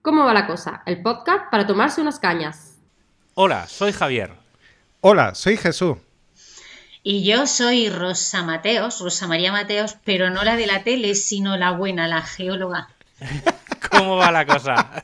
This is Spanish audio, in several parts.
¿Cómo va la cosa? El podcast para tomarse unas cañas. Hola, soy Javier. Hola, soy Jesús. Y yo soy Rosa Mateos, Rosa María Mateos, pero no la de la tele, sino la buena, la geóloga. ¿Cómo va la cosa?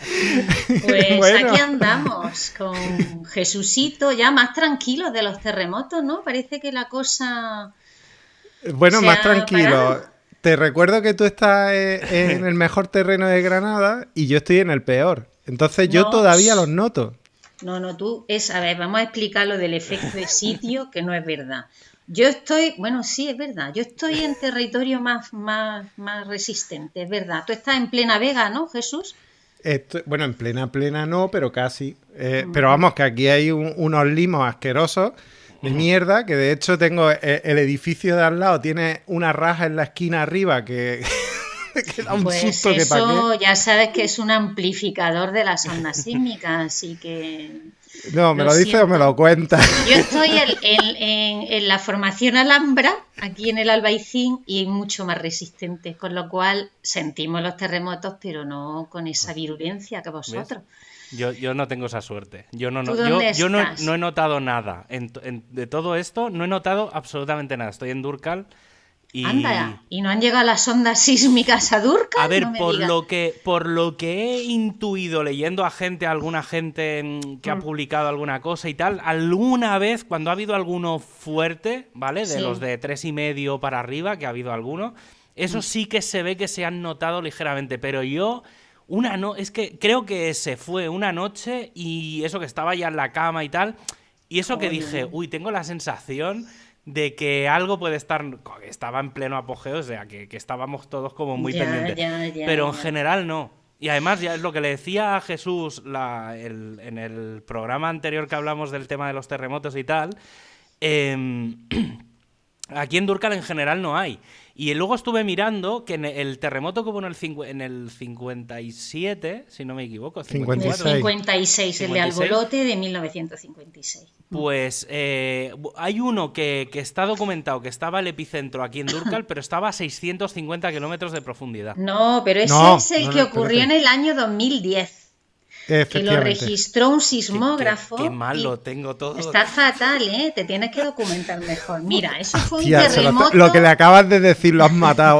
Pues Bueno. aquí andamos con Jesucito, ya más tranquilos de los terremotos, ¿no? Parece que la cosa Bueno, se más ha tranquilo. parado. Te recuerdo que tú estás en el mejor terreno de Granada y yo estoy en el peor. Entonces yo No, todavía los noto. no, a ver, vamos a explicar lo del efecto de sitio, que no es verdad. Yo estoy, bueno, sí, es verdad, yo estoy en territorio más resistente, es verdad. Tú estás en plena Vega, ¿no, Jesús? Bueno, en plena no, pero casi. Pero vamos, que aquí hay unos limos asquerosos de mierda, que de hecho tengo el edificio de al lado, tiene una raja en la esquina arriba que, que da un Pues susto que pa' eso qué. ya sabes que es un amplificador de las ondas sísmicas, así que No, ¿me lo lo dices o me siento. lo cuentas? Yo estoy en la formación Alhambra, aquí en el Albaicín, y mucho más resistente, con lo cual sentimos los terremotos, pero no con esa virulencia que ¿Ves? vosotros. Yo no tengo esa suerte. Yo no, ¿Tú no, dónde yo no, estás? no he notado nada. De todo esto no he notado absolutamente nada. Estoy en Durcal y... Anda, ¿y no han llegado las ondas sísmicas a A Durcal? No ver, me digas. por lo que he intuido leyendo a alguna gente que ha Mm, publicado alguna cosa y tal, alguna vez, cuando ha habido alguno fuerte, ¿vale? De los sí. de 3,5 para arriba, que ha habido alguno, eso sí que se ve que se han notado ligeramente, pero yo... es que creo que se fue una noche y eso que estaba ya en la cama y tal, y eso que dije, Jolín. uy, tengo la sensación de que algo puede estar, que estaba en pleno apogeo, o sea, que estábamos todos como muy Ya, pendientes, ya, ya, pero en ya. general no. Y además, ya es lo que le decía a Jesús en el programa anterior que hablamos del tema de los terremotos y tal, eh, aquí en Durcal en general no hay. Y luego estuve mirando que en el terremoto que hubo en el 57, si no me equivoco, Del 56. 54, 56, el de 56, Albolote de 1956. pues hay uno que está documentado, que estaba el epicentro aquí en Durcal, pero estaba a 650 kilómetros de profundidad. No, pero ese No, es el no, que no, ocurrió en espérate. el año 2010, que lo Efectivamente. registró un Qué sismógrafo mal y lo tengo todo. está fatal, ¿eh? Te tienes que documentar mejor. Mira, eso fue un Tía, lo que le terremoto, acabas de decir lo has matado.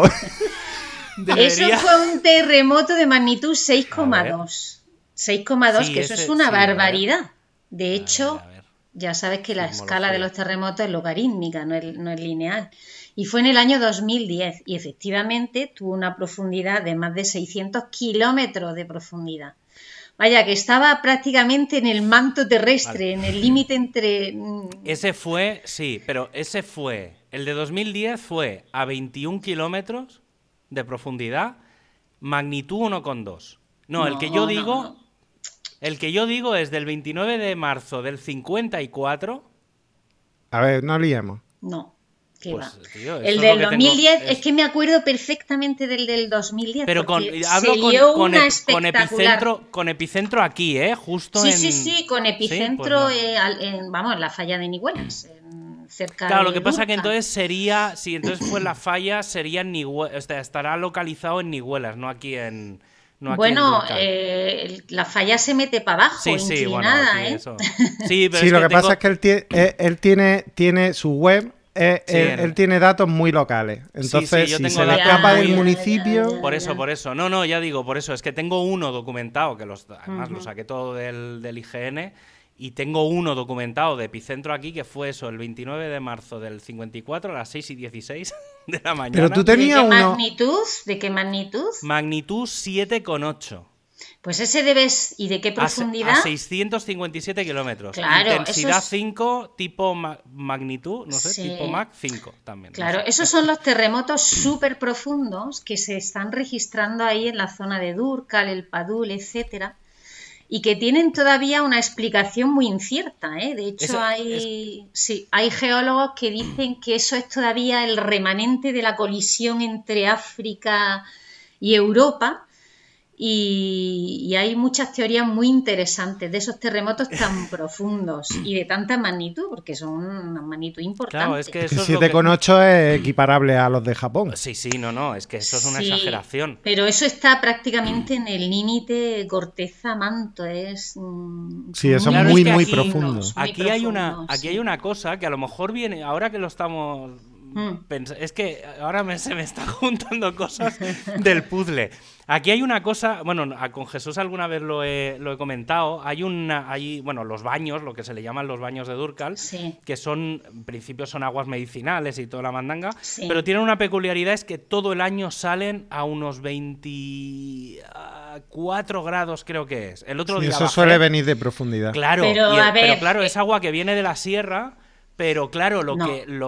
eso Debería... fue un terremoto de magnitud A ver. 6,2. 6,2, Sí, que eso es ese, una sí, a ver. barbaridad. De A ver, hecho, a ver. ya sabes que la escala de Sismología. los terremotos es logarítmica, no es lineal. Y fue en el año 2010 y efectivamente tuvo una profundidad de más de 600 kilómetros de profundidad. Vaya, que estaba prácticamente en el manto terrestre, Vale. en el límite entre... Ese fue, sí, pero ese fue. El de 2010 fue a 21 kilómetros de profundidad, magnitud 1,2. No, el que yo No, no, digo. no. El que yo digo es del 29 de marzo del 54. A ver, no liemos. No, qué va. Pues, tío, El esto es lo del que tengo. 2010, es que me acuerdo perfectamente del 2010, Pero porque se hablo lió una espectacular. con epicentro aquí, ¿eh? Justo Sí, en. sí, sí, con Sí, pues epicentro, no. vamos, en la falla de Nihuelas, cerca Claro, lo de que pasa que Durcal. entonces sería. Si entonces fue la falla, sería en Nihuelas. O sea, estará localizado en Nihuelas, no aquí en. No aquí en Bueno, Durcal. la falla se mete para abajo, Sí, sí, bueno, aquí inclinada, ¿eh? eso. Sí, pero Sí, es lo que que pasa es tengo. que él tiene su web, Sí, él tiene datos muy locales. sí, sí, Entonces, yo si tengo se le datos escapa Ya, del muy. ya, ya, municipio, ya, ya. Por eso. No, no, ya digo, por eso. Es que tengo uno documentado, que además lo Ujú. saqué todo del IGN, y tengo uno documentado de epicentro aquí, que fue eso, el 29 de marzo del 54 a las 6:16 de la pero tú mañana. ¿De tenías qué uno. magnitud? ¿De qué magnitud? Magnitud 7,8. Pues ese debes. ¿Y de qué A profundidad? 657 kilómetros. Claro, eso Intensidad es. 5, tipo magnitud, no sé, tipo Sí, Mach 5 también, no claro, sé. esos son los terremotos súper profundos que se están registrando ahí en la zona de Durcal, el Padul, etcétera, y que tienen todavía una explicación muy incierta, ¿eh? De hecho, Eso es. hay geólogos que dicen que eso es todavía el remanente de la colisión entre África y Europa, Y hay muchas teorías muy interesantes de esos terremotos tan profundos y de tanta magnitud, porque son una magnitud importante. Claro, es que eso es 7,8 es equiparable a los de Japón. Sí, no, es que eso es una Sí, exageración. pero eso está prácticamente en el límite corteza-manto. Sí, eso Claro, es muy, es que muy aquí- profundo. Aquí hay sí. una cosa que a lo mejor viene, ahora que lo estamos es que ahora se me están juntando cosas del puzzle. Aquí hay una cosa, bueno, con Jesús alguna vez lo he comentado, hay los baños, lo que se le llaman los baños de Durkal, Sí. que son, en principio son aguas medicinales y toda la mandanga, Sí. pero tienen una peculiaridad, es que todo el año salen a unos 24 grados, creo que es. El otro Sí, día eso bajé, suele venir de profundidad. claro, Pero, a ver, pero claro, es agua que viene de la sierra, pero claro, No.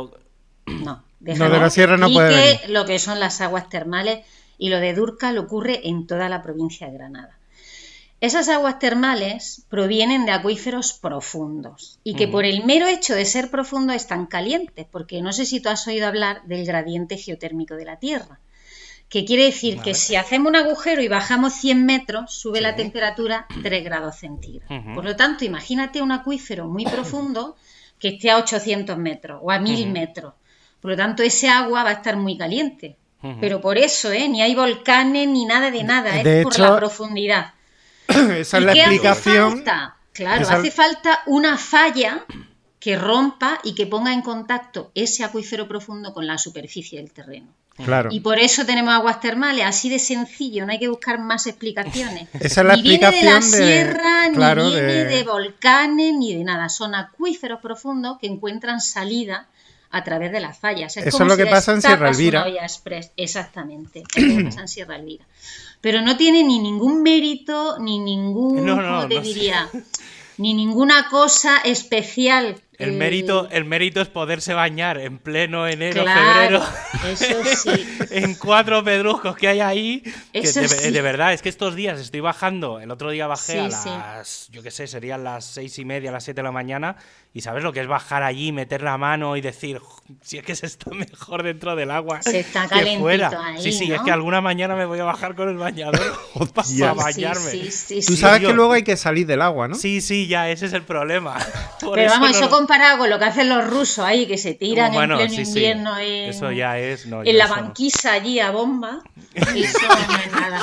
No, No, de la sierra no puede venir. lo que son las aguas termales, y lo de Durkal ocurre en toda la provincia de Granada. Esas aguas termales provienen de acuíferos profundos y que por el mero hecho de ser profundos están calientes, porque no sé si tú has oído hablar del gradiente geotérmico de la Tierra, que quiere decir que si hacemos un agujero y bajamos 100 metros, sube la temperatura 3 grados centígrados. Por lo tanto, imagínate un acuífero muy profundo que esté a 800 metros o a 1000 metros. Por lo tanto, ese agua va a estar muy caliente. Pero por eso, ni hay volcanes ni nada de nada, De por hecho, la profundidad. Esa es ¿Y la qué explicación. hace falta? Claro, Esa- hace falta una falla que rompa y que ponga en contacto ese acuífero profundo con la superficie del terreno. Claro. Y por eso tenemos aguas termales, así de sencillo, no hay que buscar más explicaciones. Esa es la ni viene de la explicación de- sierra, claro, ni viene de- de volcanes, ni de nada. Son acuíferos profundos que encuentran salida a través de las fallas. Eso como es lo si que pasa en destapas Sierra Elvira. una olla express. Exactamente, es lo que pasa en Sierra Elvira. Pero no tiene ni ningún mérito, ni ningún, No, ¿cómo te no sé. diría? Ni ninguna cosa especial. El mérito es poderse bañar en pleno enero, Claro, febrero, eso sí. en 4 pedruscos que hay ahí. Que Eso sí. de verdad, es que estos días estoy bajando. El otro día bajé a Sí, las, yo qué sé, serían las 6:30, las 7 de la mañana. Y sabes lo que es bajar allí, meter la mano y decir, si es que se está mejor dentro del agua Se está que calentito fuera. ahí, Sí, ¿no? es que alguna mañana me voy a bajar con el bañador para Hostia. bañarme. Sí, Tú sí. sabes yo- que luego hay que salir del agua, ¿no? Sí, ya, ese es el problema. Por Pero vamos, no eso lo- comparado con lo que hacen los rusos ahí, que se tiran Bueno, en pleno sí, sí. invierno en, Eso ya es. No, en yo la eso no. banquisa allí a bomba, eso no es nada.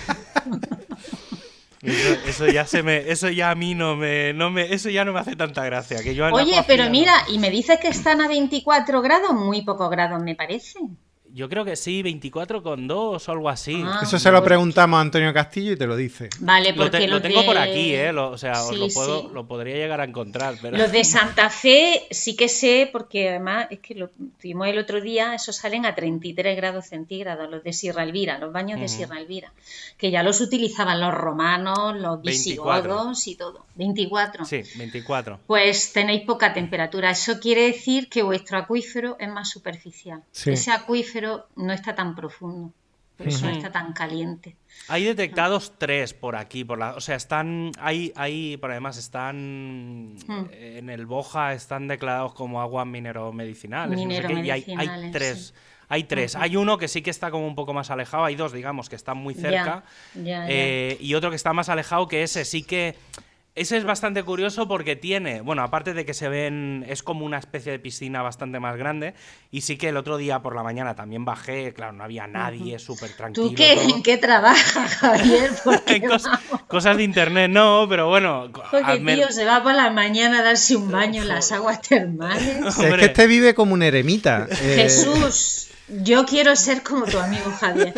Eso ya a mí eso ya no me hace tanta gracia. Que yo al Oye, agua pero fría mira, no. y me dices que están a 24 grados, muy pocos grados me parece. Yo creo que sí, 24,2 o algo así. Ah, Eso se lo preguntamos a Antonio Castillo y te lo dice. Vale, Lo, porque lo los tengo de... por aquí, o sea, Sí, sí. lo podría llegar a encontrar. Pero... Los de Santa Fe sí que sé, porque además es que lo tuvimos el otro día, esos salen a 33 grados centígrados, los de Sierra Elvira, los baños de Sierra Elvira, que ya los utilizaban los romanos, los 24. visigodos y todo. 24. Sí, 24. Pues tenéis poca temperatura. Eso quiere decir que vuestro acuífero es más superficial. Sí. Ese acuífero no está tan profundo, por eso no está tan caliente. Hay detectados 3 por aquí, o sea, están, pero además están en el Boja, están declarados como aguas mineromedicinales. Y hay Mineromedicinales, 3. sí. Hay 3. Hay uno que sí que está como un poco más alejado, hay 2, digamos, que están muy cerca. Ya. Y otro que está más alejado, que ese sí que... Ese es bastante curioso porque tiene, bueno, aparte de que se ven, es como una especie de piscina bastante más grande, y sí que el otro día por la mañana también bajé, claro, no había nadie, súper tranquilo. ¿Tú qué, todo. en qué trabajas, Javier? Porque, Cosas de internet, no, pero bueno. porque tío, se va por la mañana a darse un baño en las aguas termales. Es que este vive como un eremita. Jesús, yo quiero ser como tu amigo Javier.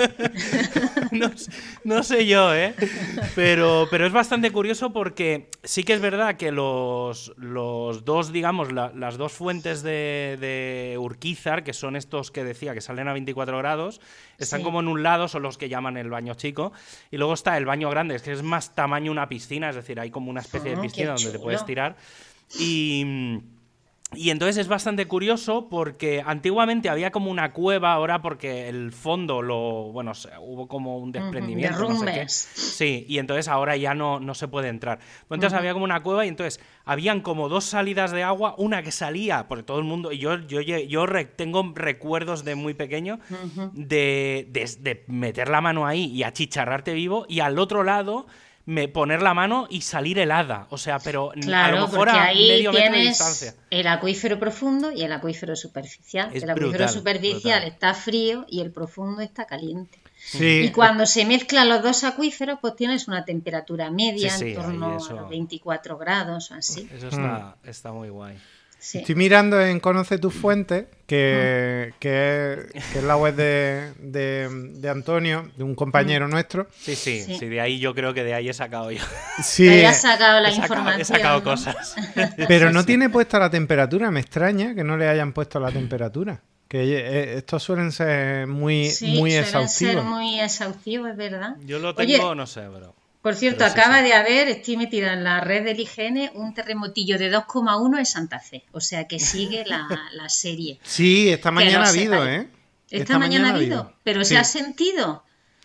No sé yo, pero es bastante curioso porque sí que es verdad que los dos, digamos, las dos fuentes de Urquizar, que son estos que decía que salen a 24 grados, están como en un lado, son los que llaman el baño chico, y luego está el baño grande, que es más tamaño una piscina, es decir, hay como una especie de piscina donde te puedes tirar. Y entonces es bastante curioso porque antiguamente había como una cueva, ahora porque el fondo hubo como un desprendimiento, no sé qué. Derrumbes. Sí, y entonces ahora ya no se puede entrar. Pues entonces había como una cueva y entonces habían como 2 salidas de agua, una que salía, porque todo el mundo, y yo tengo recuerdos de muy pequeño de meter la mano ahí y achicharrarte vivo, y al otro lado poner la mano y salir helada, o sea, pero Claro, a lo mejor porque a ahí medio metro de tienes distancia. el acuífero profundo y el acuífero superficial. Es El acuífero brutal, superficial brutal. está frío y el profundo está caliente. Sí, Y cuando se mezclan los dos acuíferos, pues tienes una temperatura media Sí, en torno ahí a eso. los 24 grados o así. Eso está muy guay. Sí. estoy mirando en Conoce tus fuentes, que es la web de Antonio, de un compañero nuestro. Sí, Sí. de ahí yo creo que de ahí he sacado yo. Sí, Te hayas sacado la He información. sacado ¿no? cosas. pero no tiene puesta la temperatura. Me extraña que no le hayan puesto la temperatura. Que estos suelen ser muy Sí, muy suelen ser exhaustivos. muy exhaustivos, es verdad. Yo lo Oye, tengo, no sé, bro. por cierto, Pero sí, acaba sí. de haber, estoy metida en la red del IGN, un terremotillo de 2,1 en Santa Fe. O sea que sigue la serie. Sí, esta mañana lo ha habido, sepáis. ¿eh? Esta mañana ha habido, pero Sí. ¿se ha sentido?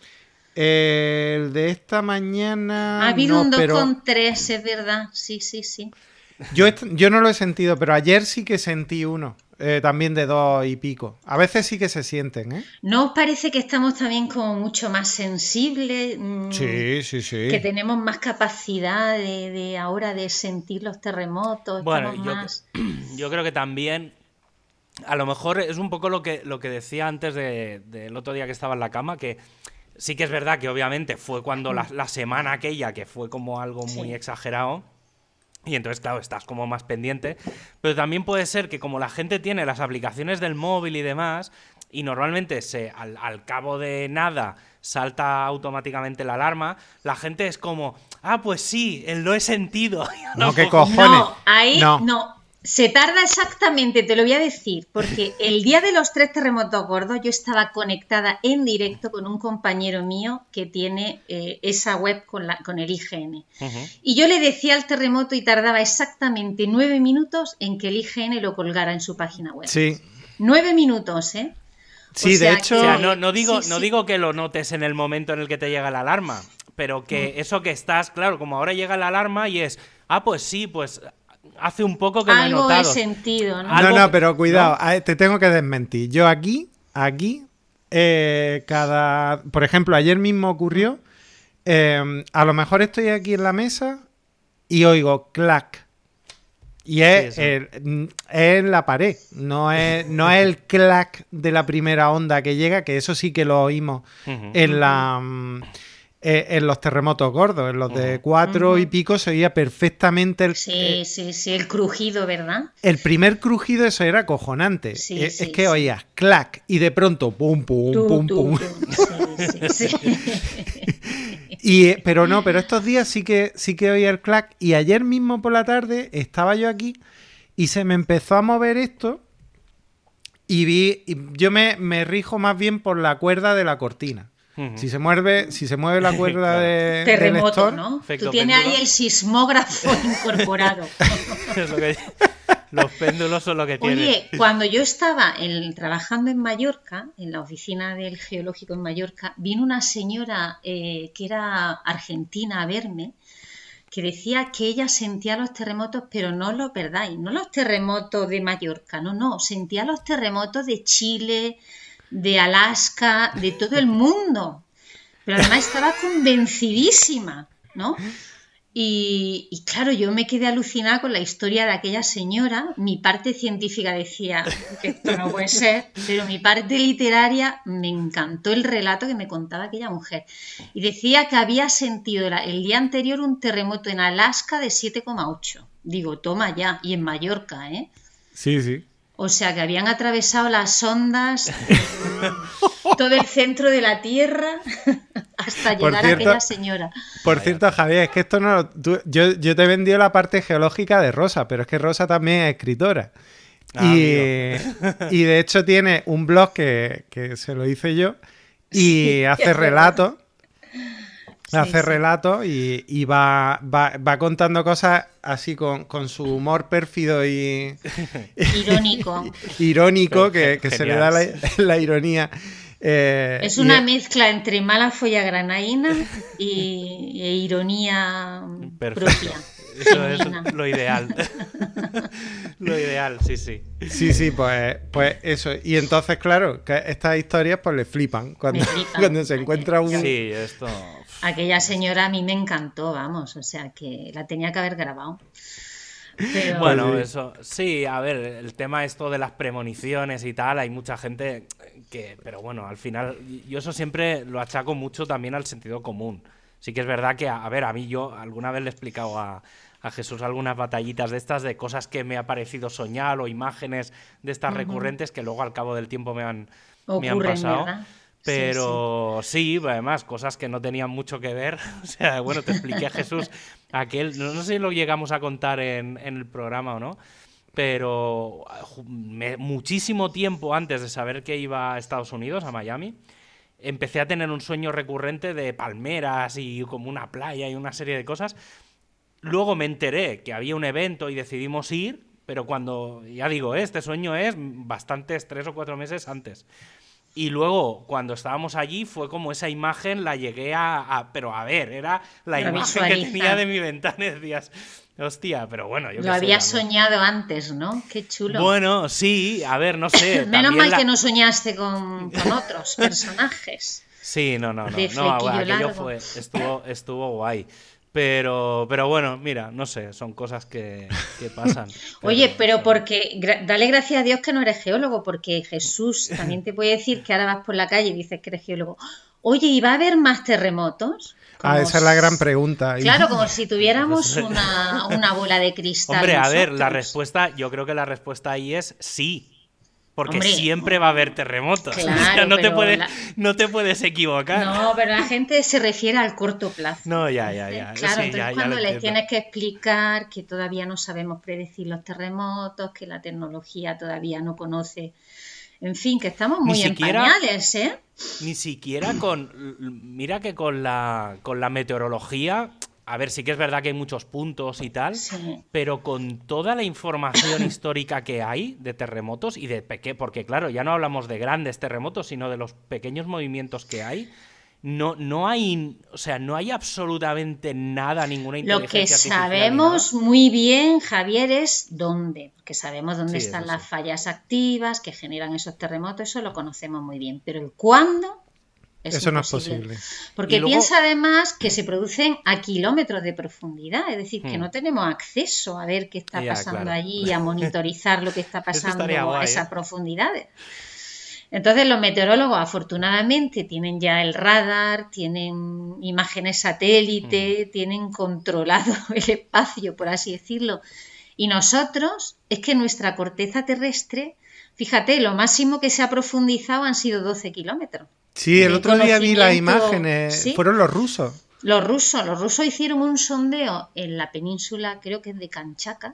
El de esta mañana. Ha habido no, un pero 2,3, es verdad. Sí. yo no lo he sentido, pero ayer sí que sentí uno. También de 2 y pico. A veces sí que se sienten, ¿eh? ¿No os parece que estamos también como mucho más sensibles? Sí. Que tenemos más capacidad de ahora de sentir los terremotos, Bueno, estamos más... yo creo que también, a lo mejor es un poco lo que decía antes del otro día que estaba en la cama, que sí que es verdad que obviamente fue cuando la semana aquella, que fue como algo muy Sí. exagerado, y entonces, claro, estás como más pendiente, pero también puede ser que como la gente tiene las aplicaciones del móvil y demás, y normalmente al cabo de nada salta automáticamente la alarma, la gente es como, pues sí, lo he sentido. No, qué puedo- cojones. No, ahí no. Se tarda exactamente, te lo voy a decir, porque el día de los 3 terremotos gordos yo estaba conectada en directo con un compañero mío que tiene esa web con el IGN. Ujú. Y yo le decía al terremoto y tardaba exactamente 9 minutos en que el IGN lo colgara en su página web. Sí. 9 minutos, ¿eh? Sí, O sea de hecho. O sea, que- no digo, sí, no sí. digo que lo notes en el momento en el que te llega la alarma, pero que eso que estás, claro, como ahora llega la alarma y es, pues sí, pues hace un poco que lo he Algo notado. he sentido, ¿no? Algo- No, pero cuidado, ¿no? te tengo que desmentir. Yo aquí, por ejemplo, ayer mismo ocurrió, a lo mejor estoy aquí en la mesa y oigo clac. Y es, Sí, es en la pared, no es el clac de la primera onda que llega, que eso sí que lo oímos Ujú. en los terremotos gordos, en los de 4 y pico se oía perfectamente Sí, el crujido, ¿verdad? el primer crujido. Eso era acojonante. Sí, es sí, que sí. oías clac y de pronto pum, pum, pum, pum. Sí. Pero estos días sí que oía el clac. Y ayer mismo por la tarde estaba yo aquí y se me empezó a mover esto y yo me rijo más bien por la cuerda de la cortina. Ujú. Si se mueve la cuerda Claro. del Terremoto, lector, ¿no? Efecto Tú tienes péndulo. ahí el sismógrafo incorporado. Es lo que- los péndulos son lo que tienen. Oye, cuando yo estaba trabajando en Mallorca, en la oficina del geológico en Mallorca, vino una señora que era argentina a verme, que decía que ella sentía los terremotos, pero no lo perdáis, no los terremotos de Mallorca, no, sentía los terremotos de Chile, de Alaska, de todo el mundo. Pero además estaba convencidísima, ¿no? Y claro, yo me quedé alucinada con la historia de aquella señora. Mi parte científica decía que esto no puede ser, pero mi parte literaria me encantó el relato que me contaba aquella mujer. Y decía que había sentido el día anterior un terremoto en Alaska de 7,8. Digo, toma ya, y en Mallorca, ¿eh? sí. O sea, que habían atravesado las ondas, todo el centro de la Tierra, hasta Por llegar a cierto, aquella señora. Por cierto, Javier, es que esto no... yo te he vendido la parte geológica de Rosa, pero es que Rosa también es escritora. Y de hecho tiene un blog que se lo hice yo y hace relatos. Hace relatos y va contando cosas así con su humor pérfido y irónico que se le da la ironía. Es una mezcla entre mala folla granaína e ironía propia. Eso es lo ideal. Lo ideal, sí. Sí, pues eso. Y entonces, claro, que estas historias pues le flipan cuando se encuentra un... Sí, esto... Aquella señora a mí me encantó, vamos, o sea que la tenía que haber grabado. Pero... Bueno, eso, sí, a ver, el tema esto de las premoniciones y tal, hay mucha gente que, pero bueno, al final, yo eso siempre lo achaco mucho también al sentido común. Sí que es verdad que, a ver, a mí yo alguna vez le he explicado a Jesús algunas batallitas de estas, de cosas que me ha parecido soñar o imágenes de estas recurrentes que luego al cabo del tiempo me han pasado. ¿verdad? Pero sí, además, cosas que no tenían mucho que ver. O sea, bueno, te expliqué a Jesús aquel, no sé si lo llegamos a contar en el programa o no, pero muchísimo tiempo antes de saber que iba a Estados Unidos, a Miami, empecé a tener un sueño recurrente de palmeras y como una playa y una serie de cosas. Luego me enteré que había un evento y decidimos ir, pero cuando, ya digo, este sueño es bastantes 3 o 4 meses antes. Y luego, cuando estábamos allí, fue como esa imagen, la llegué pero a ver, era la imagen que tenía de mi ventana y decías, hostia, pero bueno, yo lo habías soñado antes, ¿no? Qué chulo. Bueno, sí, a ver, no sé. Menos mal que no soñaste con otros personajes. Sí, no, aquello estuvo guay. Pero bueno, mira, no sé, son cosas que pasan. Oye, pero porque dale gracias a Dios que no eres geólogo, porque Jesús también te puede decir que ahora vas por la calle y dices que eres geólogo. Oye, ¿y va a haber más terremotos? Esa es la gran pregunta. Claro, como si tuviéramos una bola de cristal. Hombre, a ver, yo creo que la respuesta ahí es sí. Porque siempre va a haber terremotos. Claro, o sea, no te puedes equivocar. No, pero la gente se refiere al corto plazo. No, ya. Claro, sí, entonces cuando les tienes que explicar que todavía no sabemos predecir los terremotos, que la tecnología todavía no conoce... En fin, que estamos muy en pañales, ¿eh? Ni siquiera mira que con la meteorología... A ver, sí que es verdad que hay muchos puntos y tal, pero con toda la información histórica que hay de terremotos y porque claro, ya no hablamos de grandes terremotos, sino de los pequeños movimientos que hay, no hay, o sea, no hay absolutamente nada, ninguna inteligencia artificial. Lo que sabemos muy bien, Javier, es dónde, porque sabemos dónde están las fallas activas que generan esos terremotos, eso lo conocemos muy bien, pero el cuándo... Eso no es posible. Porque luego... piensa además que se producen a kilómetros de profundidad, es decir, que no tenemos acceso a ver qué está pasando allí y a monitorizar lo que está pasando a esas profundidades. Entonces los meteorólogos afortunadamente tienen ya el radar, tienen imágenes satélite, tienen controlado el espacio, por así decirlo. Y nosotros, es que nuestra corteza terrestre, fíjate, lo máximo que se ha profundizado han sido 12 kilómetros. Sí, el otro día vi las imágenes, ¿sí? Fueron los rusos. Los rusos hicieron un sondeo en la península, creo que es de Kanchaka,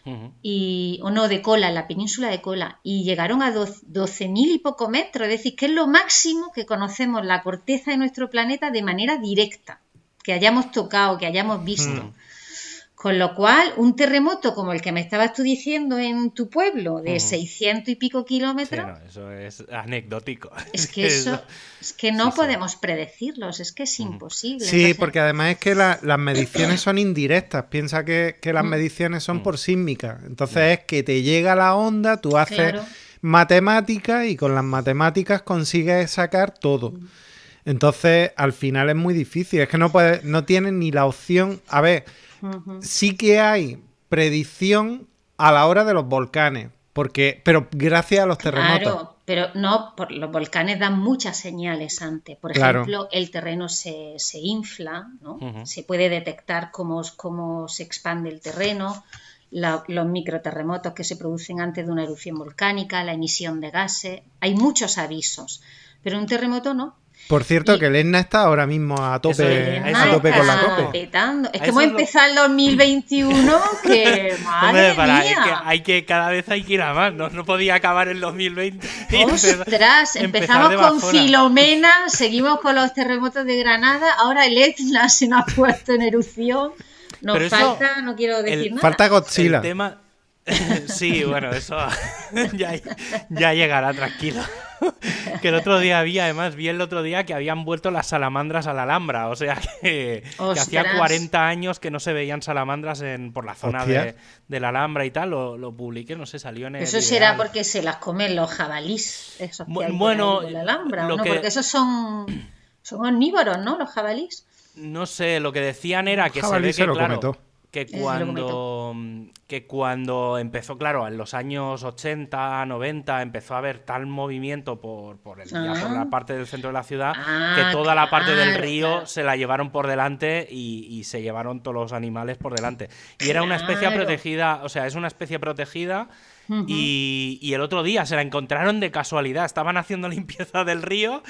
de Kola, en la península de Kola, y llegaron a 12.000 y poco metros, es decir, que es lo máximo que conocemos la corteza de nuestro planeta de manera directa, que hayamos tocado, que hayamos visto. Con lo cual, un terremoto como el que me estabas tú diciendo en tu pueblo, de 600 y pico kilómetros... Sí, no, eso es anecdótico. Es que es que no podemos predecirlos, es que es imposible. Sí, entonces... porque además es que las mediciones son indirectas. Piensa que las mediciones son por sísmica. Entonces es que te llega la onda, tú haces matemáticas y con las matemáticas consigues sacar todo. Entonces, al final es muy difícil. Es que no tienes ni la opción... A ver... Sí que hay predicción a la hora de los volcanes, pero gracias a los terremotos. Claro, pero no, los volcanes dan muchas señales antes. Por ejemplo, el terreno se infla, ¿no? Se puede detectar cómo se expande el terreno, los microterremotos que se producen antes de una erupción volcánica, la emisión de gases. Hay muchos avisos, pero un terremoto no. Por cierto, Y- que el Etna está ahora mismo a tope, Eso- a tope con la eso- COPE. petando. Es a que eso hemos es lo- empezado el 2021 que, madre Hombre, mía. cada vez hay que ir a más, ¿no? No podía acabar el 2020. y Ostras, empezar empezamos de con bajona. Filomena, seguimos con los terremotos de Granada, ahora el Etna se nos ha puesto en erupción. Nos Pero eso- falta, no quiero decir nada. Falta Godzilla. El tema... Sí, bueno, eso ya llegará, tranquilo. Que el otro día vi el otro día que habían vuelto las salamandras a la Alhambra, o sea que hacía Ostras. 40 años que no se veían salamandras por la zona Hostia. de la Alhambra y tal, lo publiqué, no sé, salió en el Eso será Ideal. porque se las comen los jabalís, esos que hay por Bueno, ahí por la Alhambra, lo ¿no? que- Porque esos son omnívoros, ¿no? Los jabalís. No sé, lo que decían era que se Jabalí ve se que, lo come claro, todo. que Se lo come cuando empezó, claro, en los años 80, 90, empezó a haber tal movimiento ya por la parte del centro de la ciudad, Ah, que toda la parte del claro, río claro. se la llevaron por delante y se llevaron todos los animales por delante. Y era una especie Claro. protegida, o sea, es una especie protegida. Ujú. Y el otro día se la encontraron de casualidad. Estaban haciendo limpieza del río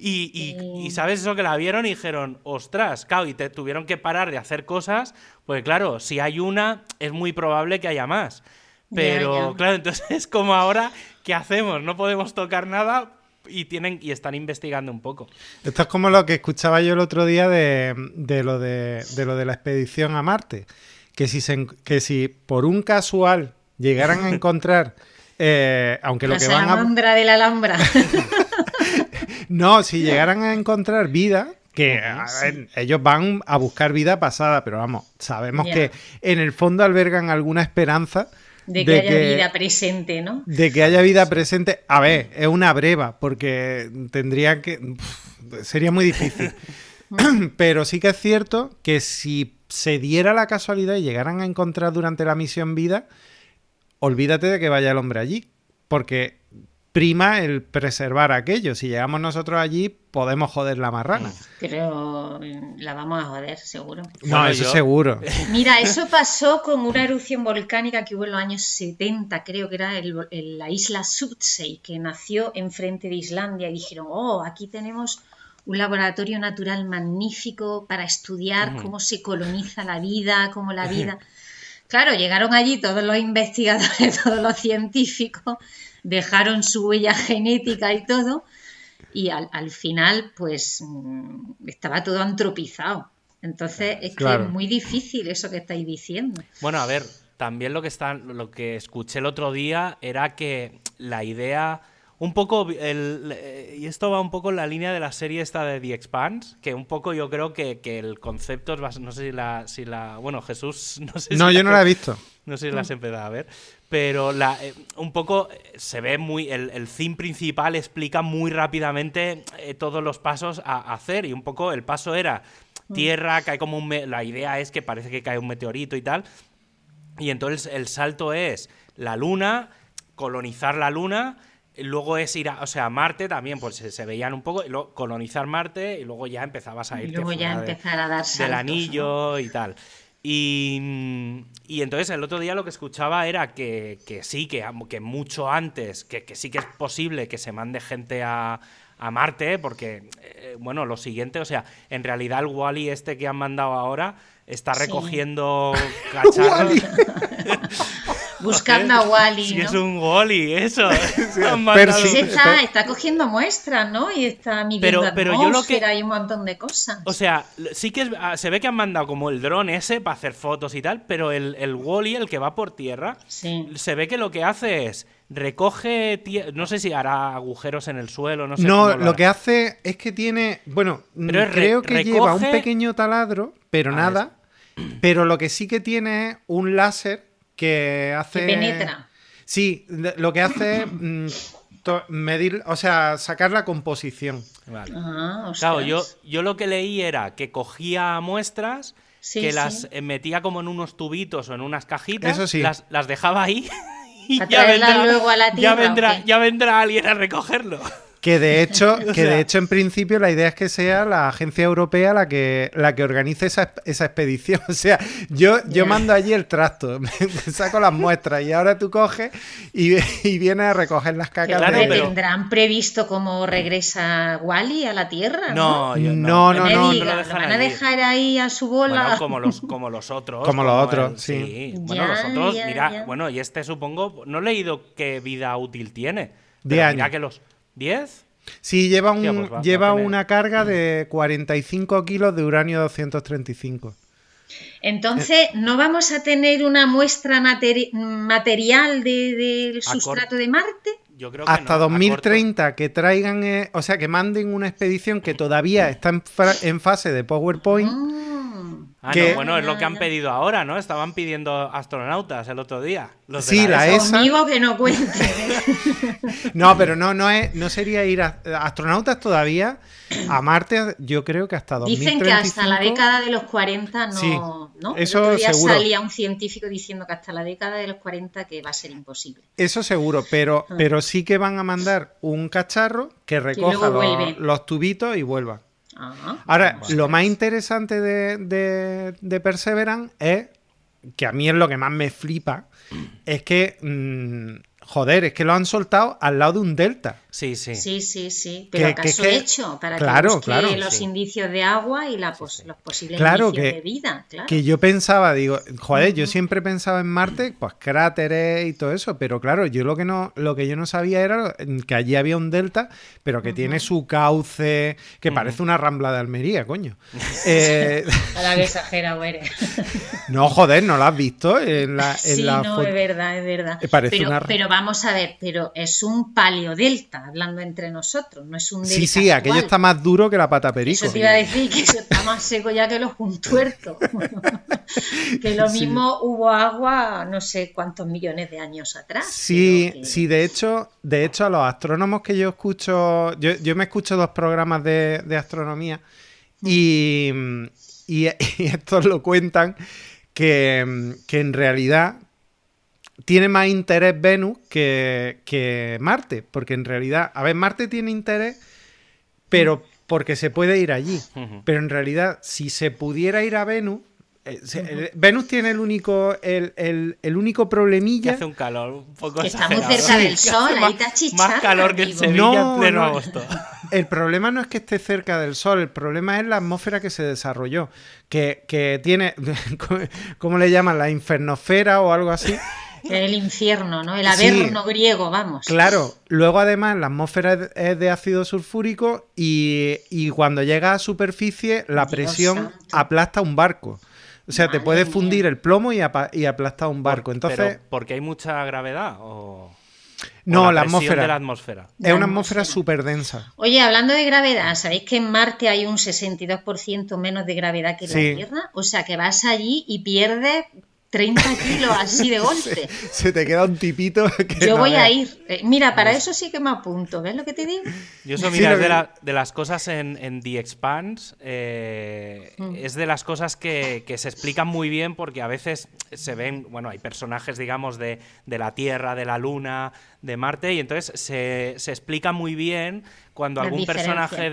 y ¿sabes eso? Que la vieron y dijeron, ostras, claro, y tuvieron que parar de hacer cosas, pues claro, si hay una, es muy probable que haya más. Pero ya. claro, entonces es como ahora, ¿qué hacemos? No podemos tocar nada y están investigando un poco. Esto es como lo que escuchaba yo el otro día de lo de la expedición a Marte. Que si por un casual llegaran a encontrar, aunque lo La que van a... salamandra de la Alhambra. No, si llegaran a encontrar vida, que a ver, ellos van a buscar vida pasada, pero vamos, sabemos Ya. que en el fondo albergan alguna esperanza De que haya vida presente, ¿no? de que haya vida presente. A ver, es una breva, porque tendría que... sería muy difícil. Pero sí que es cierto que si se diera la casualidad y llegaran a encontrar durante la misión vida, olvídate de que vaya el hombre allí, porque prima el preservar aquello. Si llegamos nosotros allí, podemos joder la marrana. Pero la vamos a joder, seguro. No, Bueno, eso yo- seguro. Mira, eso pasó con una erupción volcánica que hubo en los años 70, creo que era la isla Surtsey, que nació enfrente de Islandia, y dijeron, oh, aquí tenemos un laboratorio natural magnífico para estudiar cómo se coloniza la vida, cómo la vida... Claro, llegaron allí todos los investigadores, todos los científicos, dejaron su huella genética y todo, y al final, pues, estaba todo antropizado. Entonces, es que Claro. es muy difícil eso que estáis diciendo. Bueno, a ver, también lo que escuché el otro día era que la idea, un poco, y esto va un poco en la línea de la serie esta de The Expanse, que un poco yo creo que el concepto es, no sé si la, bueno, Jesús, no sé si No, yo no la he visto. no sé si la has empezado a ver, pero un poco se ve muy... El theme principal explica muy rápidamente todos los pasos a hacer, y un poco el paso era tierra, cae como la idea es que parece que cae un meteorito y tal, y entonces el salto es la luna, colonizar la luna, y luego es ir a Marte también, pues se veían un poco, y luego colonizar Marte, y luego ya empezabas a Y irte luego ya fuera empezar a dar del saltos, anillo y tal. Y entonces el otro día lo que escuchaba era que sí, que mucho antes, que sí que es posible que se mande gente a Marte, porque, bueno, lo siguiente, o sea, en realidad el Wall-E este que han mandado ahora está Sí. recogiendo cacharros. Buscando a Wally, Sí, ¿no? es un Wall-E, eso. Han pero mandado- sí, Ese está cogiendo muestras, ¿no? Y está midiendo Pero yo lo que- atmósfera y un montón de cosas. O sea, sí que se ve que han mandado como el dron ese para hacer fotos y tal, pero el Wall-E, el que va por tierra, Sí. se ve que lo que hace es recoge no sé si hará agujeros en el suelo, no sé. No, cómo lo hará. que hace es que tiene, bueno, Pero es creo que lleva un recoge- pequeño taladro, pero nada. Pero lo que sí que tiene es un láser que hace... Que penetra. Sí, lo que hace es medir, o sea, sacar la composición. Vale. Ah, Claro, ostras. yo lo que leí era que cogía muestras, Sí, que sí. las metía como en unos tubitos o en unas cajitas, Eso sí. las dejaba ahí y ¿A traerlas luego a la Tierra, o qué? ya vendrá alguien a recogerlo. Que de hecho, en principio la idea es que sea la agencia europea la que organice esa expedición. O sea, yo mando allí el tracto, me saco las muestras y ahora tú coges y vienes a recoger las cacas. Claro, pero... ¿Tendrán previsto cómo regresa Wally a la Tierra? No. Lo van a dejar ahí a su bola. Bueno, como los otros. Como los otros, sí. Bueno, los otros, mira, bueno, y este supongo, no he leído qué vida útil tiene. 10 años. Mira que los... ¿10? Sí, lleva va a tener... una carga de 45 kilos de uranio 235. Entonces, ¿no vamos a tener una muestra material del sustrato de Marte? Yo creo que hasta no, 2030 que traigan, o sea, que manden una expedición que todavía está en fase de PowerPoint. No, bueno, es lo que han pedido ahora, ¿no? Estaban pidiendo astronautas el otro día. Los de sí, la ESA. Conmigo que no cuente. No, pero no sería ir a astronautas todavía a Marte. Yo creo que hasta 2035. Dicen que hasta la década de los 40 no. Sí, ¿no? Eso el otro día seguro. salía un científico diciendo que hasta la década de los 40 que va a ser imposible. Eso seguro, pero sí que van a mandar un cacharro que recoja los tubitos y vuelva. Ahora, lo más interesante de Perseverance es, que a mí es lo que más me flipa, es que, joder, es que lo han soltado al lado de un delta. Sí. Pero ¿acaso hecho? Para que busque los indicios de agua y los posibles indicios de vida. Claro. Que yo pensaba, digo, joder, yo siempre pensaba en Marte, pues cráteres y todo eso, pero claro, yo lo que yo no sabía era que allí había un delta, pero que tiene su cauce, que parece una rambla de Almería, coño. A la que exagera, eres. No, joder, ¿no lo has visto? En la foto. Es verdad. Pero vamos a ver, pero es un paleodelta, hablando entre nosotros, no es un delta. Sí, aquello está más duro que la pata perico. Eso te iba a decir, que eso está más seco ya que los juntuertos. Que lo mismo hubo agua no sé cuántos millones de años atrás. Sí, de hecho a los astrónomos que yo escucho, yo me escucho 2 programas de astronomía y estos lo cuentan que en realidad tiene más interés Venus que Marte, porque en realidad, a ver, Marte tiene interés, pero porque se puede ir allí. Pero en realidad, si se pudiera ir a Venus, Venus tiene el único problemilla. Que hace un calor un poco que está muy cerca del Sol, ahí está chichando. Más calor que en Sevilla en pleno agosto. El problema no es que esté cerca del Sol, el problema es la atmósfera que se desarrolló, que tiene, ¿cómo le llaman? La infernosfera o algo así. El infierno, ¿no? El averno griego, vamos. Claro. Luego, además, la atmósfera es de ácido sulfúrico y cuando llega a superficie, la presión aplasta un barco. O sea, te puede fundir el plomo y aplastar un barco. Entonces, ¿pero porque hay mucha gravedad o...? No, la atmósfera. De la atmósfera. Es una atmósfera súper densa. Oye, hablando de gravedad, ¿sabéis que en Marte hay un 62% menos de gravedad que en la Tierra? O sea, que vas allí y pierdes 30 kilos así de golpe. Se te queda un tipito que yo voy a ir. Mira, para eso sí que me apunto. ¿Ves lo que te digo? Yo eso, mira, es de las cosas en The Expanse, es de las cosas que se explican muy bien porque a veces se ven, bueno, hay personajes, digamos, de la Tierra, de la Luna, de Marte, y entonces se explica muy bien cuando algún personaje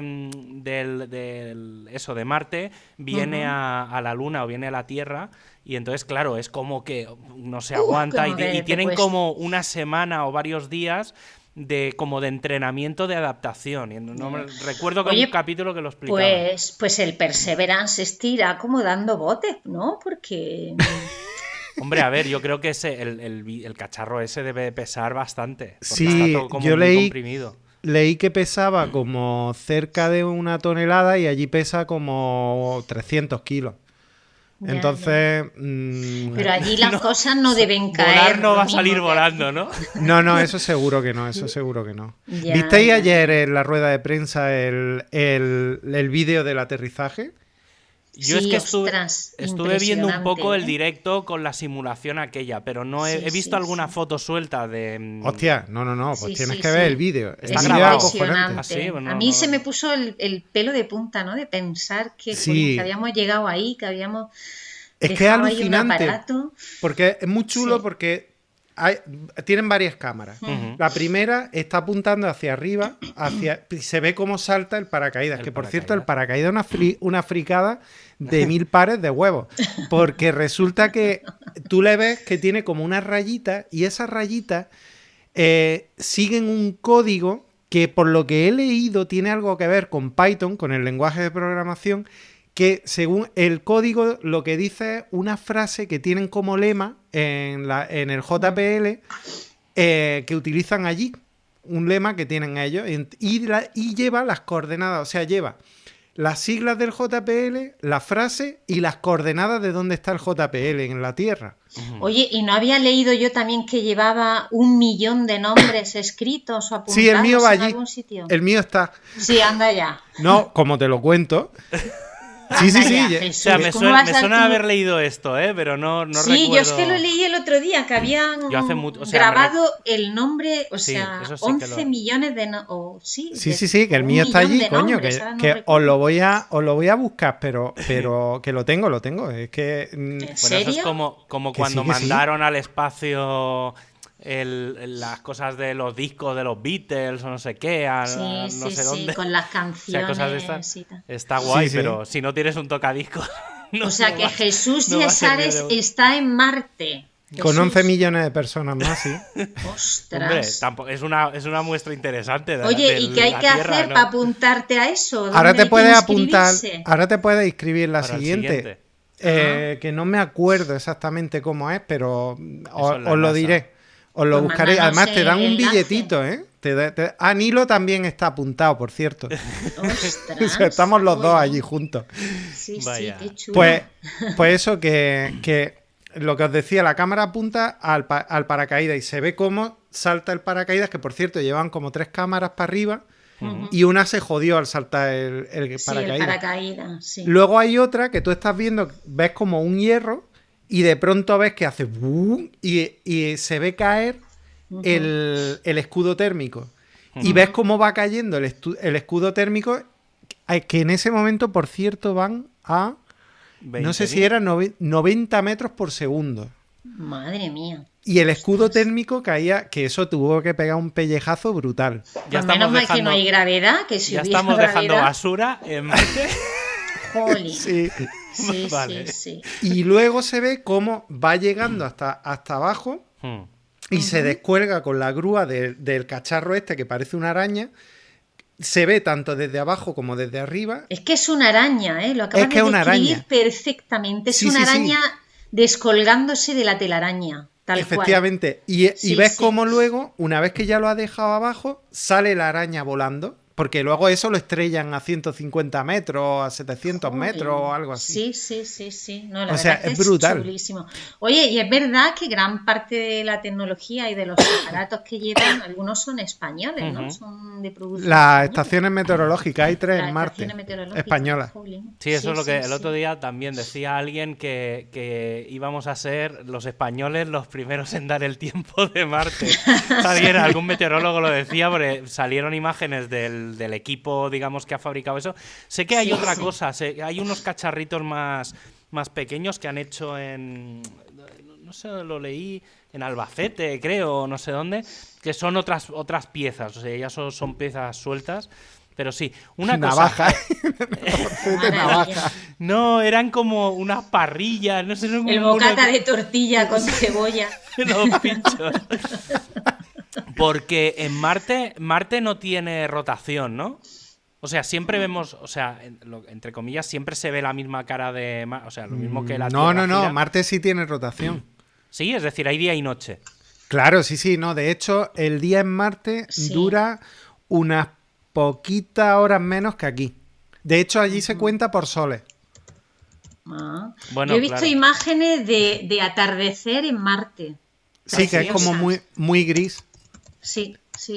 de Marte viene a la Luna o viene a la Tierra. Y entonces, claro, es como que no se aguanta y tienen como una semana o varios días de entrenamiento de adaptación. Y recuerdo que un capítulo que lo explicaba. Pues el Perseverance estira como dando botes, ¿no? Porque... Hombre, a ver, yo creo que el cacharro ese debe de pesar bastante. Sí, está todo como yo muy comprimido. Leí que pesaba como cerca de 1 tonelada y allí pesa como 300 kilos. Entonces... Pero allí las cosas no deben caer. Volar no va a salir volando, ¿no? No, eso seguro que no, ¿Visteis ayer en la rueda de prensa el vídeo del aterrizaje? Yo es que estuve viendo un poco el directo con la simulación aquella, pero no he visto alguna foto suelta de... Hostia, no, pues tienes que ver el vídeo. Está grabado. A mí se me puso el pelo de punta, ¿no? De pensar que habíamos llegado ahí, que habíamos... Es que es alucinante, porque es muy chulo porque tienen varias cámaras. La primera está apuntando hacia arriba, se ve cómo salta el paracaídas, que por cierto el paracaídas es una fricada de 1000 pares de huevos, porque resulta que tú le ves que tiene como unas rayitas y esas rayitas siguen un código que, por lo que he leído, tiene algo que ver con Python, con el lenguaje de programación, que según el código lo que dice es una frase que tienen como lema en el JPL que utilizan allí, un lema que tienen ellos, y lleva las coordenadas, o sea, lleva las siglas del JPL, la frase y las coordenadas de dónde está el JPL en la Tierra. Oye, ¿y no había leído yo también que llevaba 1 millón de nombres escritos o apuntados Sí, el mío va en allí. algún sitio? El mío está. Sí, anda ya. No, como te lo cuento. Sí. O sea, me suena haber leído esto, pero no recuerdo. Sí, yo es que lo leí el otro día, que habían grabado el nombre, o sea, 11 millones de... Sí, que el mío está allí, coño, nombres, que os lo voy a buscar, pero que lo tengo. Es que... ¿En serio? Eso es como cuando mandaron al espacio... las cosas de los discos de los Beatles o no sé qué, no sé dónde. Con las canciones. O sea, cosas de estas. Está guay, pero si no tienes un tocadiscos. O sea, que Jesús Yesares está en Marte. Con 11 millones de personas más, sí. Ostras. Hombre, es una muestra interesante. Oye, ¿y qué hay que hacer para apuntarte a eso? Ahora te puedes apuntar, ahora te puedes inscribir en la siguiente. Que no me acuerdo exactamente cómo es, pero os lo diré. Os lo buscaré. Además, te dan un billetito, ¿eh? Nilo también está apuntado, por cierto. Ostras, estamos los dos allí juntos. Sí, qué chulo. Pues eso que lo que os decía, la cámara apunta al paracaídas y se ve cómo salta el paracaídas, que por cierto llevan como 3 cámaras para arriba y una se jodió al saltar el paracaídas. El paracaídas, sí. Luego hay otra que tú estás viendo, ves como un hierro y de pronto ves que hace boom y se ve caer el escudo térmico. Y ves cómo va cayendo el escudo térmico, que en ese momento, por cierto, van a... no sé si era 90 metros por segundo. Madre mía. Y el escudo térmico caía, que eso tuvo que pegar un pellejazo brutal. Ya menos mal que no hay gravedad, que si ya hubiera estamos gravedad... dejando basura en Marte. Jolín. Sí. Vale. Sí. Y luego se ve cómo va llegando hasta abajo y se descuelga con la grúa del cacharro este que parece una araña. Se ve tanto desde abajo como desde arriba. Es que es una araña, ¿eh? Lo acabas de describir perfectamente. Es una araña descolgándose de la telaraña. Tal Efectivamente. Cual. Y ves cómo luego, una vez que ya lo ha dejado abajo, sale la araña volando. Porque luego eso lo estrellan a 150 metros, a 700 metros o algo así. Sí. No, la o sea, verdad es brutal. Chulísimo. Oye, y es verdad que gran parte de la tecnología y de los aparatos que llevan, algunos son españoles, ¿no? Son de producción Las española. Estaciones meteorológicas, hay 3 en Marte, españolas. Sí, eso es lo que el otro día también decía alguien que íbamos a ser los españoles los primeros en dar el tiempo de Marte. Algún meteorólogo lo decía porque salieron imágenes del equipo, digamos, que ha fabricado eso. Sé que hay otra cosa, hay unos cacharritos más pequeños que han hecho en... no sé, lo leí en Albacete, creo, no sé dónde, que son otras piezas, o sea, ya son piezas sueltas. Pero sí, una navaja. Navaja. No, eran como unas parrillas, no sé. El bocata de tortilla con cebolla. Los pinchos. Porque en Marte no tiene rotación, ¿no? O sea, siempre vemos, o sea, entre comillas, siempre se ve la misma cara de Marte, o sea, lo mismo que la Tierra. No, Marte sí tiene rotación. Sí, es decir, hay día y noche. Claro, sí, no, de hecho, el día en Marte dura unas poquitas horas menos que aquí. De hecho, allí se cuenta por soles. Bueno, yo he visto imágenes de atardecer en Marte. Sí, que es como muy, muy gris. Sí.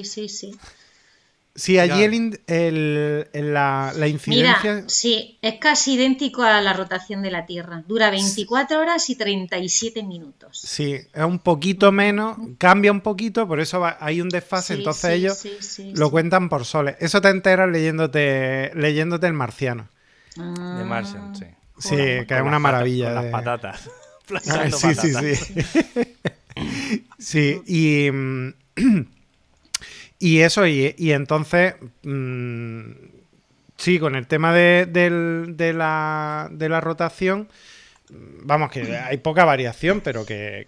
Sí, allí la incidencia... Mira, sí, es casi idéntico a la rotación de la Tierra. Dura 24 horas y 37 minutos. Sí, es un poquito menos, cambia un poquito, por eso hay un desfase, entonces ellos lo cuentan por soles. Eso te enteras leyéndote El Marciano. De Martian, sí. Sí, que es una maravilla. Con las patatas. Sí. Sí, y eso, y entonces, sí, con el tema de la rotación, vamos, que hay poca variación, pero que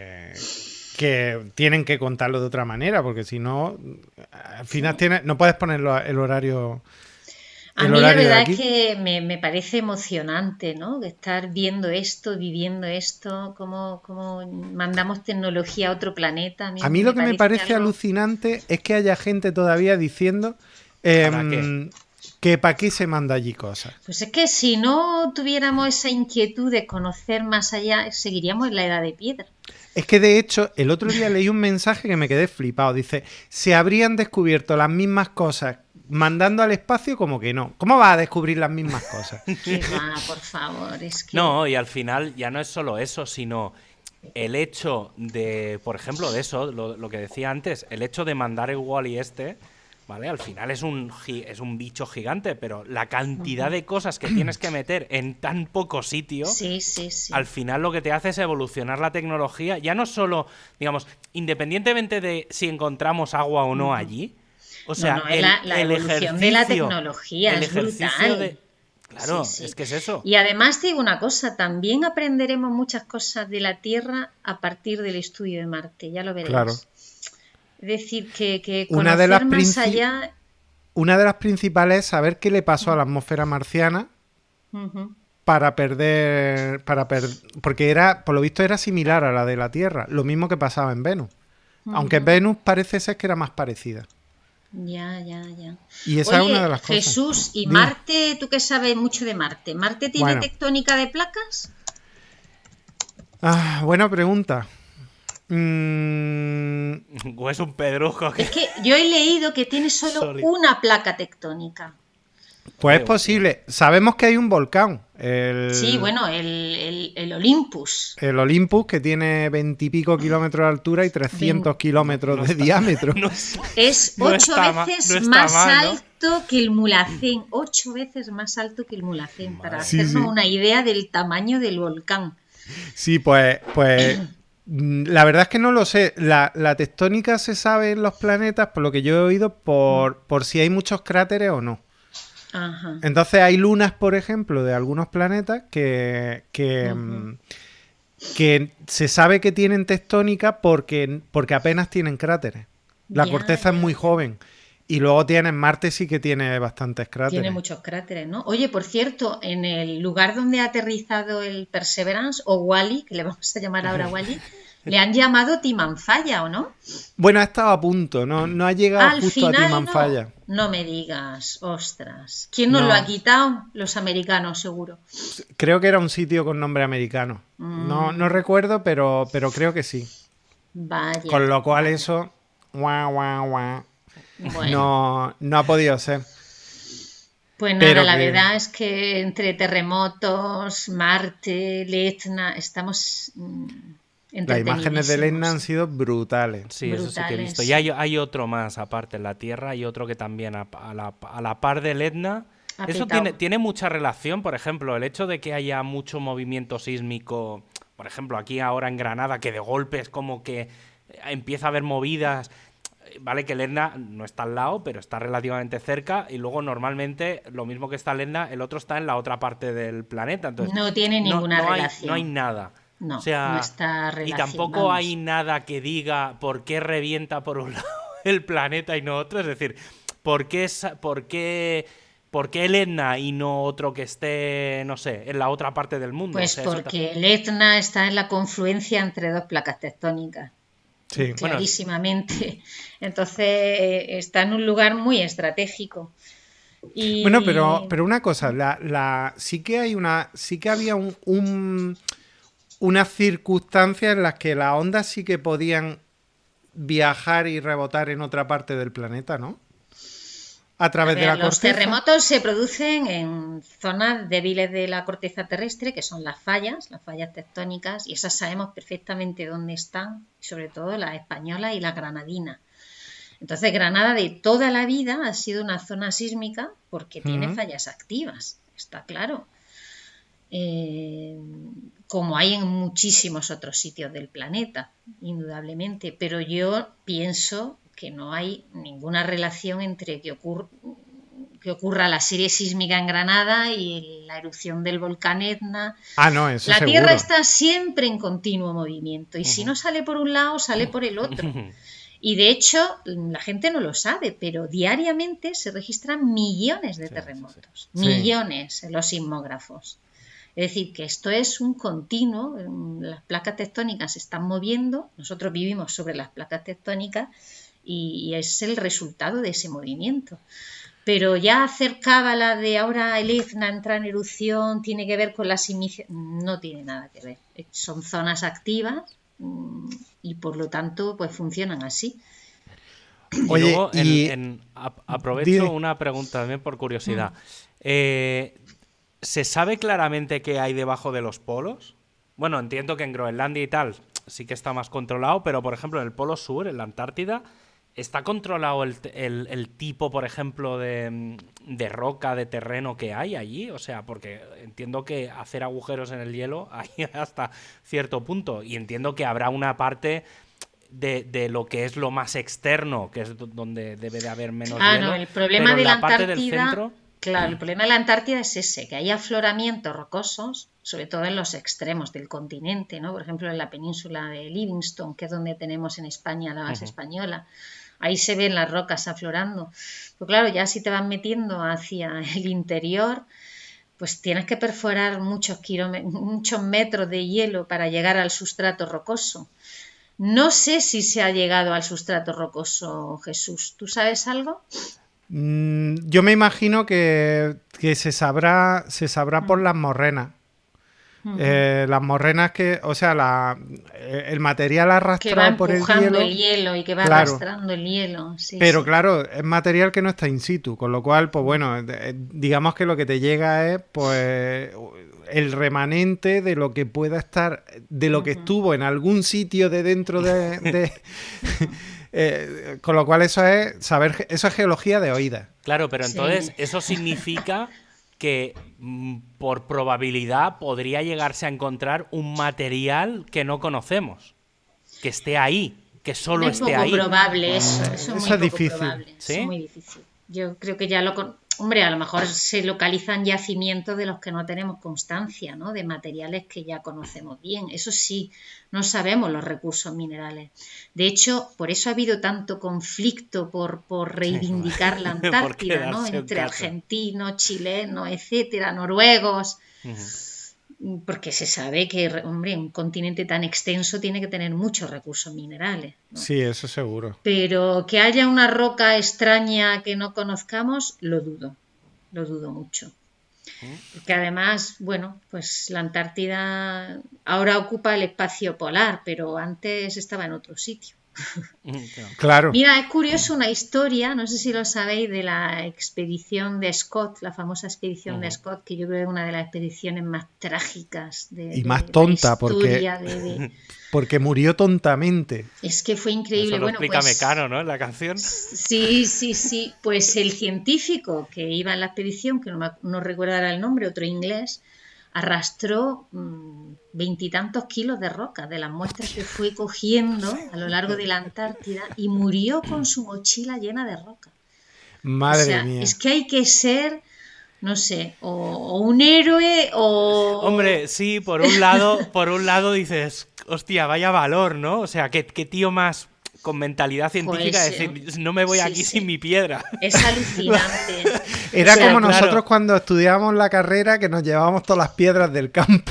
tienen que contarlo de otra manera, porque si no, al final no puedes poner el horario. A mí la verdad es que me parece emocionante, ¿no? Estar viendo esto, viviendo esto, cómo mandamos tecnología a otro planeta. A mí lo que me parece alucinante es que haya gente todavía diciendo que para qué se manda allí cosas. Pues es que si no tuviéramos esa inquietud de conocer más allá, seguiríamos en la edad de piedra. Es que de hecho, el otro día leí un mensaje que me quedé flipado. Dice, se habrían descubierto las mismas cosas mandando al espacio como que no. ¿Cómo vas a descubrir las mismas cosas? ¿Qué va, por favor? Es que... No, y al final ya no es solo eso, sino el hecho de, por ejemplo, de eso, lo que decía antes, el hecho de mandar el Wall-E ¿vale? Al final es un bicho gigante, pero la cantidad de cosas que tienes que meter en tan poco sitio, sí. al final lo que te hace es evolucionar la tecnología, ya no solo, digamos, independientemente de si encontramos agua o no allí, o sea, la evolución de la tecnología es brutal. Claro, sí. es que es eso. Y además te digo una cosa, también aprenderemos muchas cosas de la Tierra a partir del estudio de Marte, ya lo veremos. Claro. Es decir, que conocer más allá... Una de las principales es saber qué le pasó a la atmósfera marciana para perder... porque por lo visto era similar a la de la Tierra, lo mismo que pasaba en Venus. Aunque Venus parece ser que era más parecida. Ya. Y esa es una de las cosas. Jesús, ¿y Marte? ¿Tú qué sabes mucho de Marte? ¿Marte tiene tectónica de placas? Buena pregunta. O es un pedrujo. Es que yo he leído que tiene solo una placa tectónica. Pues es posible. Sabemos que hay un volcán. Sí, bueno, el Olympus. El Olympus, que tiene 20 y pico kilómetros de altura y 300 kilómetros de diámetro. Es 8 veces más alto que el Mulhacén. 8 veces más alto que el Mulhacén, para hacernos una idea del tamaño del volcán. Sí, pues la verdad es que no lo sé. La tectónica se sabe en los planetas, por lo que yo he oído, por si hay muchos cráteres o no. Ajá. Entonces hay lunas, por ejemplo, de algunos planetas que se sabe que tienen tectónica porque apenas tienen cráteres. La corteza es muy joven. Y luego Marte sí que tiene bastantes cráteres. Tiene muchos cráteres, ¿no? Oye, por cierto, en el lugar donde ha aterrizado el Perseverance, o Wall-E, que le vamos a llamar ahora Wall-E, le han llamado Timanfaya, ¿o no? Bueno, ha estado a punto, no ha llegado al justo final, a Timanfaya. No me digas, ostras. ¿Quién nos lo ha quitado? Los americanos, seguro. Creo que era un sitio con nombre americano. No recuerdo, pero creo que sí. Vaya. Con lo cual eso... Bueno. No ha podido ser. Pues nada, la verdad es que entre terremotos, Marte, el Etna, estamos... Las imágenes del Etna han sido brutales. Sí, eso sí que he visto. Y hay otro más aparte en la Tierra, y otro que también a la par del Etna. Eso tiene mucha relación, por ejemplo, el hecho de que haya mucho movimiento sísmico, por ejemplo, aquí ahora en Granada, que de golpe es como que empieza a haber movidas. Vale que el Etna no está al lado, pero está relativamente cerca, y luego normalmente lo mismo que está el Etna, el otro está en la otra parte del planeta. Entonces, no tiene ninguna relación. No hay nada. No, o sea, no está relacionado. Y tampoco hay nada que diga por qué revienta por un lado el planeta y no otro. Es decir, ¿por qué el Etna y no otro que esté, no sé, en la otra parte del mundo? Pues porque el Etna está en la confluencia entre dos placas tectónicas. Sí. Clarísimamente. Entonces está en un lugar muy estratégico. Y... Bueno, pero una cosa, sí que había unas circunstancias en las que las ondas sí que podían viajar y rebotar en otra parte del planeta, ¿no? A través de la corteza. Los terremotos se producen en zonas débiles de la corteza terrestre, que son las fallas tectónicas, y esas sabemos perfectamente dónde están, sobre todo las españolas y las granadinas. Entonces, Granada de toda la vida ha sido una zona sísmica porque tiene fallas activas, está claro. como hay en muchísimos otros sitios del planeta, indudablemente, pero yo pienso que no hay ninguna relación entre que ocurra la serie sísmica en Granada y la erupción del volcán Etna. No, eso la seguro. Tierra está siempre en continuo movimiento y si no sale por un lado, sale por el otro. Y de hecho, la gente no lo sabe, pero diariamente se registran millones de terremotos, millones en los sismógrafos. Es decir, que esto es un continuo, las placas tectónicas se están moviendo, nosotros vivimos sobre las placas tectónicas y es el resultado de ese movimiento. Pero ya hacer cábala de ahora el Etna entra en erupción, tiene que ver con la sismicidad, no tiene nada que ver. Son zonas activas y por lo tanto pues funcionan así. Oye, y luego aprovecho una pregunta también por curiosidad. ¿Se sabe claramente qué hay debajo de los polos? Bueno, entiendo que en Groenlandia y tal sí que está más controlado, pero por ejemplo en el Polo Sur, en la Antártida, ¿está controlado el tipo, por ejemplo, de roca, de terreno que hay allí? O sea, porque entiendo que hacer agujeros en el hielo hay hasta cierto punto, y entiendo que habrá una parte de lo que es lo más externo, que es donde debe de haber menos hielo. No, el problema de la parte del Antártida... centro... Claro, el problema de la Antártida es ese, que hay afloramientos rocosos, sobre todo en los extremos del continente, ¿no? Por ejemplo, en la península de Livingstone, que es donde tenemos en España la base española. Ahí se ven las rocas aflorando. Pero claro, ya si te vas metiendo hacia el interior, pues tienes que perforar muchos metros de hielo para llegar al sustrato rocoso. No sé si se ha llegado al sustrato rocoso, Jesús. ¿Tú sabes algo? Yo me imagino que se sabrá por las morrenas. Las morrenas que, o sea, el material arrastrado por el hielo. Que va empujando el hielo y que va arrastrando el hielo. Sí, pero claro, es material que no está in situ, con lo cual, pues bueno, digamos que lo que te llega es, pues, el remanente de lo que pueda estar, de lo que estuvo en algún sitio de dentro de con lo cual eso es geología de oídas. Claro, pero entonces eso significa que por probabilidad podría llegarse a encontrar un material que no conocemos, que esté ahí, que solo esté ahí. Es poco probable eso es muy poco difícil. Probable. ¿Sí? Es muy difícil. Yo creo que ya Hombre, a lo mejor se localizan yacimientos de los que no tenemos constancia, ¿no? De materiales que ya conocemos bien. Eso sí, no sabemos los recursos minerales. De hecho, por eso ha habido tanto conflicto por reivindicar la Antártida, ¿no? Entre argentinos, chilenos, etcétera, noruegos. Porque se sabe que, hombre, un continente tan extenso tiene que tener muchos recursos minerales, ¿no? Sí, eso seguro. Pero que haya una roca extraña que no conozcamos, lo dudo mucho. Porque además, bueno, pues la Antártida ahora ocupa el espacio polar, pero antes estaba en otro sitio. Claro. Mira, es curioso una historia, no sé si lo sabéis, de la expedición de Scott, la famosa expedición de Scott, que yo creo que es una de las expediciones más trágicas y más tonta, porque murió tontamente. Es que fue increíble. Eso lo explica Mecano, ¿no? En la canción. Sí. Pues el científico que iba en la expedición, que no recuerdo ahora el nombre, otro inglés, arrastró 20 kilos de roca de las muestras que fue cogiendo a lo largo de la Antártida y murió con su mochila llena de roca. Madre mía. Es que hay que ser, no sé, o un héroe o... Hombre, sí, por un lado dices, hostia, vaya valor, ¿no? O sea, qué tío más con mentalidad científica de decir, no me voy aquí sin mi piedra. Es alucinante. Era como nosotros cuando estudiábamos la carrera, que nos llevábamos todas las piedras del campo.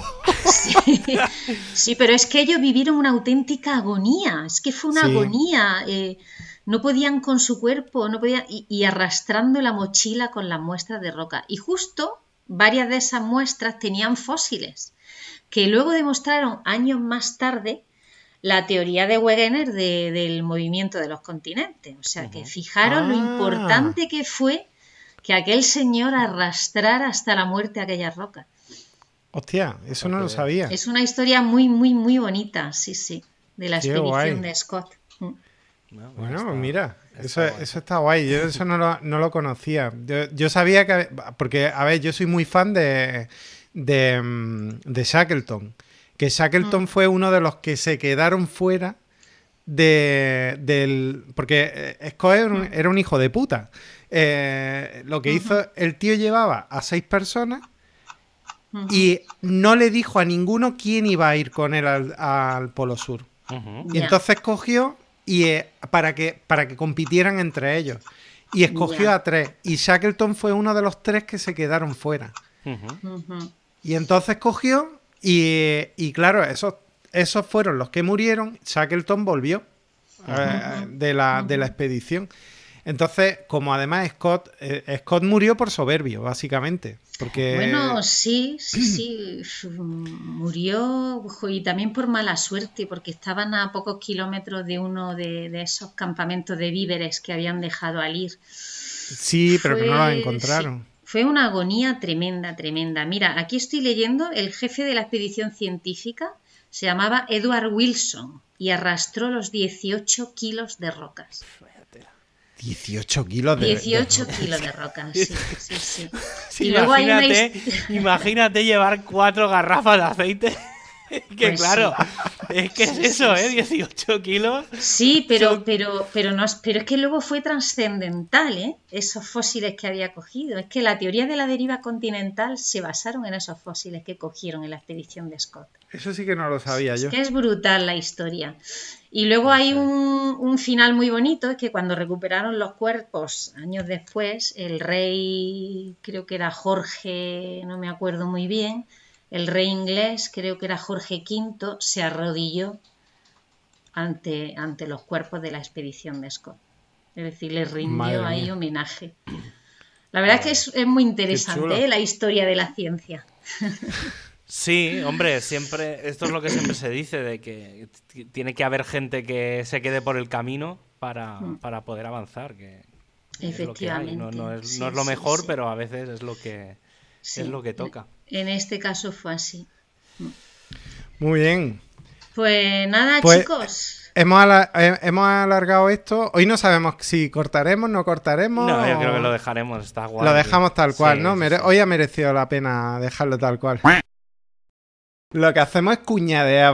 Sí, pero es que ellos vivieron una auténtica agonía. Es que fue una agonía. No podían con su cuerpo, y arrastrando la mochila con las muestras de roca. Y justo varias de esas muestras tenían fósiles, que luego demostraron años más tarde la teoría de Wegener del movimiento de los continentes. O sea, que fijaros lo importante que fue que aquel señor arrastrara hasta la muerte aquellas rocas. Hostia, eso no lo sabía. Es una historia muy, muy, muy bonita, sí, de la expedición de Scott. Bueno, mira, eso está guay. Yo eso no lo conocía. Yo sabía que... Porque, a ver, yo soy muy fan de de Shackleton. Que Shackleton fue uno de los que se quedaron fuera porque Scott era un hijo de puta. Lo que hizo, el tío llevaba a 6 personas y no le dijo a ninguno quién iba a ir con él al Polo Sur. Y entonces cogió para que compitieran entre ellos. Y escogió a 3. Y Shackleton fue uno de los 3 que se quedaron fuera. Y entonces cogió y claro, esos fueron los que murieron. Shackleton volvió de la expedición. Entonces, como además Scott murió por soberbio, básicamente. Porque... Bueno, sí, murió y también por mala suerte, porque estaban a pocos kilómetros de uno de esos campamentos de víveres que habían dejado al ir. Sí, pero que no los encontraron. Sí, fue una agonía tremenda. Mira, aquí estoy leyendo, el jefe de la expedición científica se llamaba Edward Wilson y arrastró los 18 kilos de rocas. 18 kilos de 18 kilos de rocas, sí. Sí, y luego imagínate llevar 4 garrafas de aceite. Que pues claro, sí. Es que es eso, 18 kilos. Sí, pero es que luego fue trascendental, esos fósiles que había cogido. Es que la teoría de la deriva continental se basaron en esos fósiles que cogieron en la expedición de Scott. Eso sí que no lo sabía yo. Es que es brutal la historia. Y luego hay un final muy bonito, es que cuando recuperaron los cuerpos años después, el rey, creo que era Jorge, no me acuerdo muy bien, el rey inglés, creo que era Jorge V, se arrodilló ante los cuerpos de la expedición de Scott. Es decir, les rindió ahí homenaje. La verdad es que es muy interesante la historia de la ciencia. Sí, hombre, siempre, esto es lo que siempre se dice, de que tiene que haber gente que se quede por el camino para poder avanzar. Que efectivamente. Es lo que hay. No es lo mejor, pero a veces es lo que toca. En este caso fue así. Muy bien. Pues nada, chicos. Hemos alargado esto. Hoy no sabemos si cortaremos, no cortaremos. No, yo creo que lo dejaremos, está guay. Lo dejamos tal cual, sí, ¿no? Sí. Hoy ha merecido la pena dejarlo tal cual. Lo que hacemos es cuñadear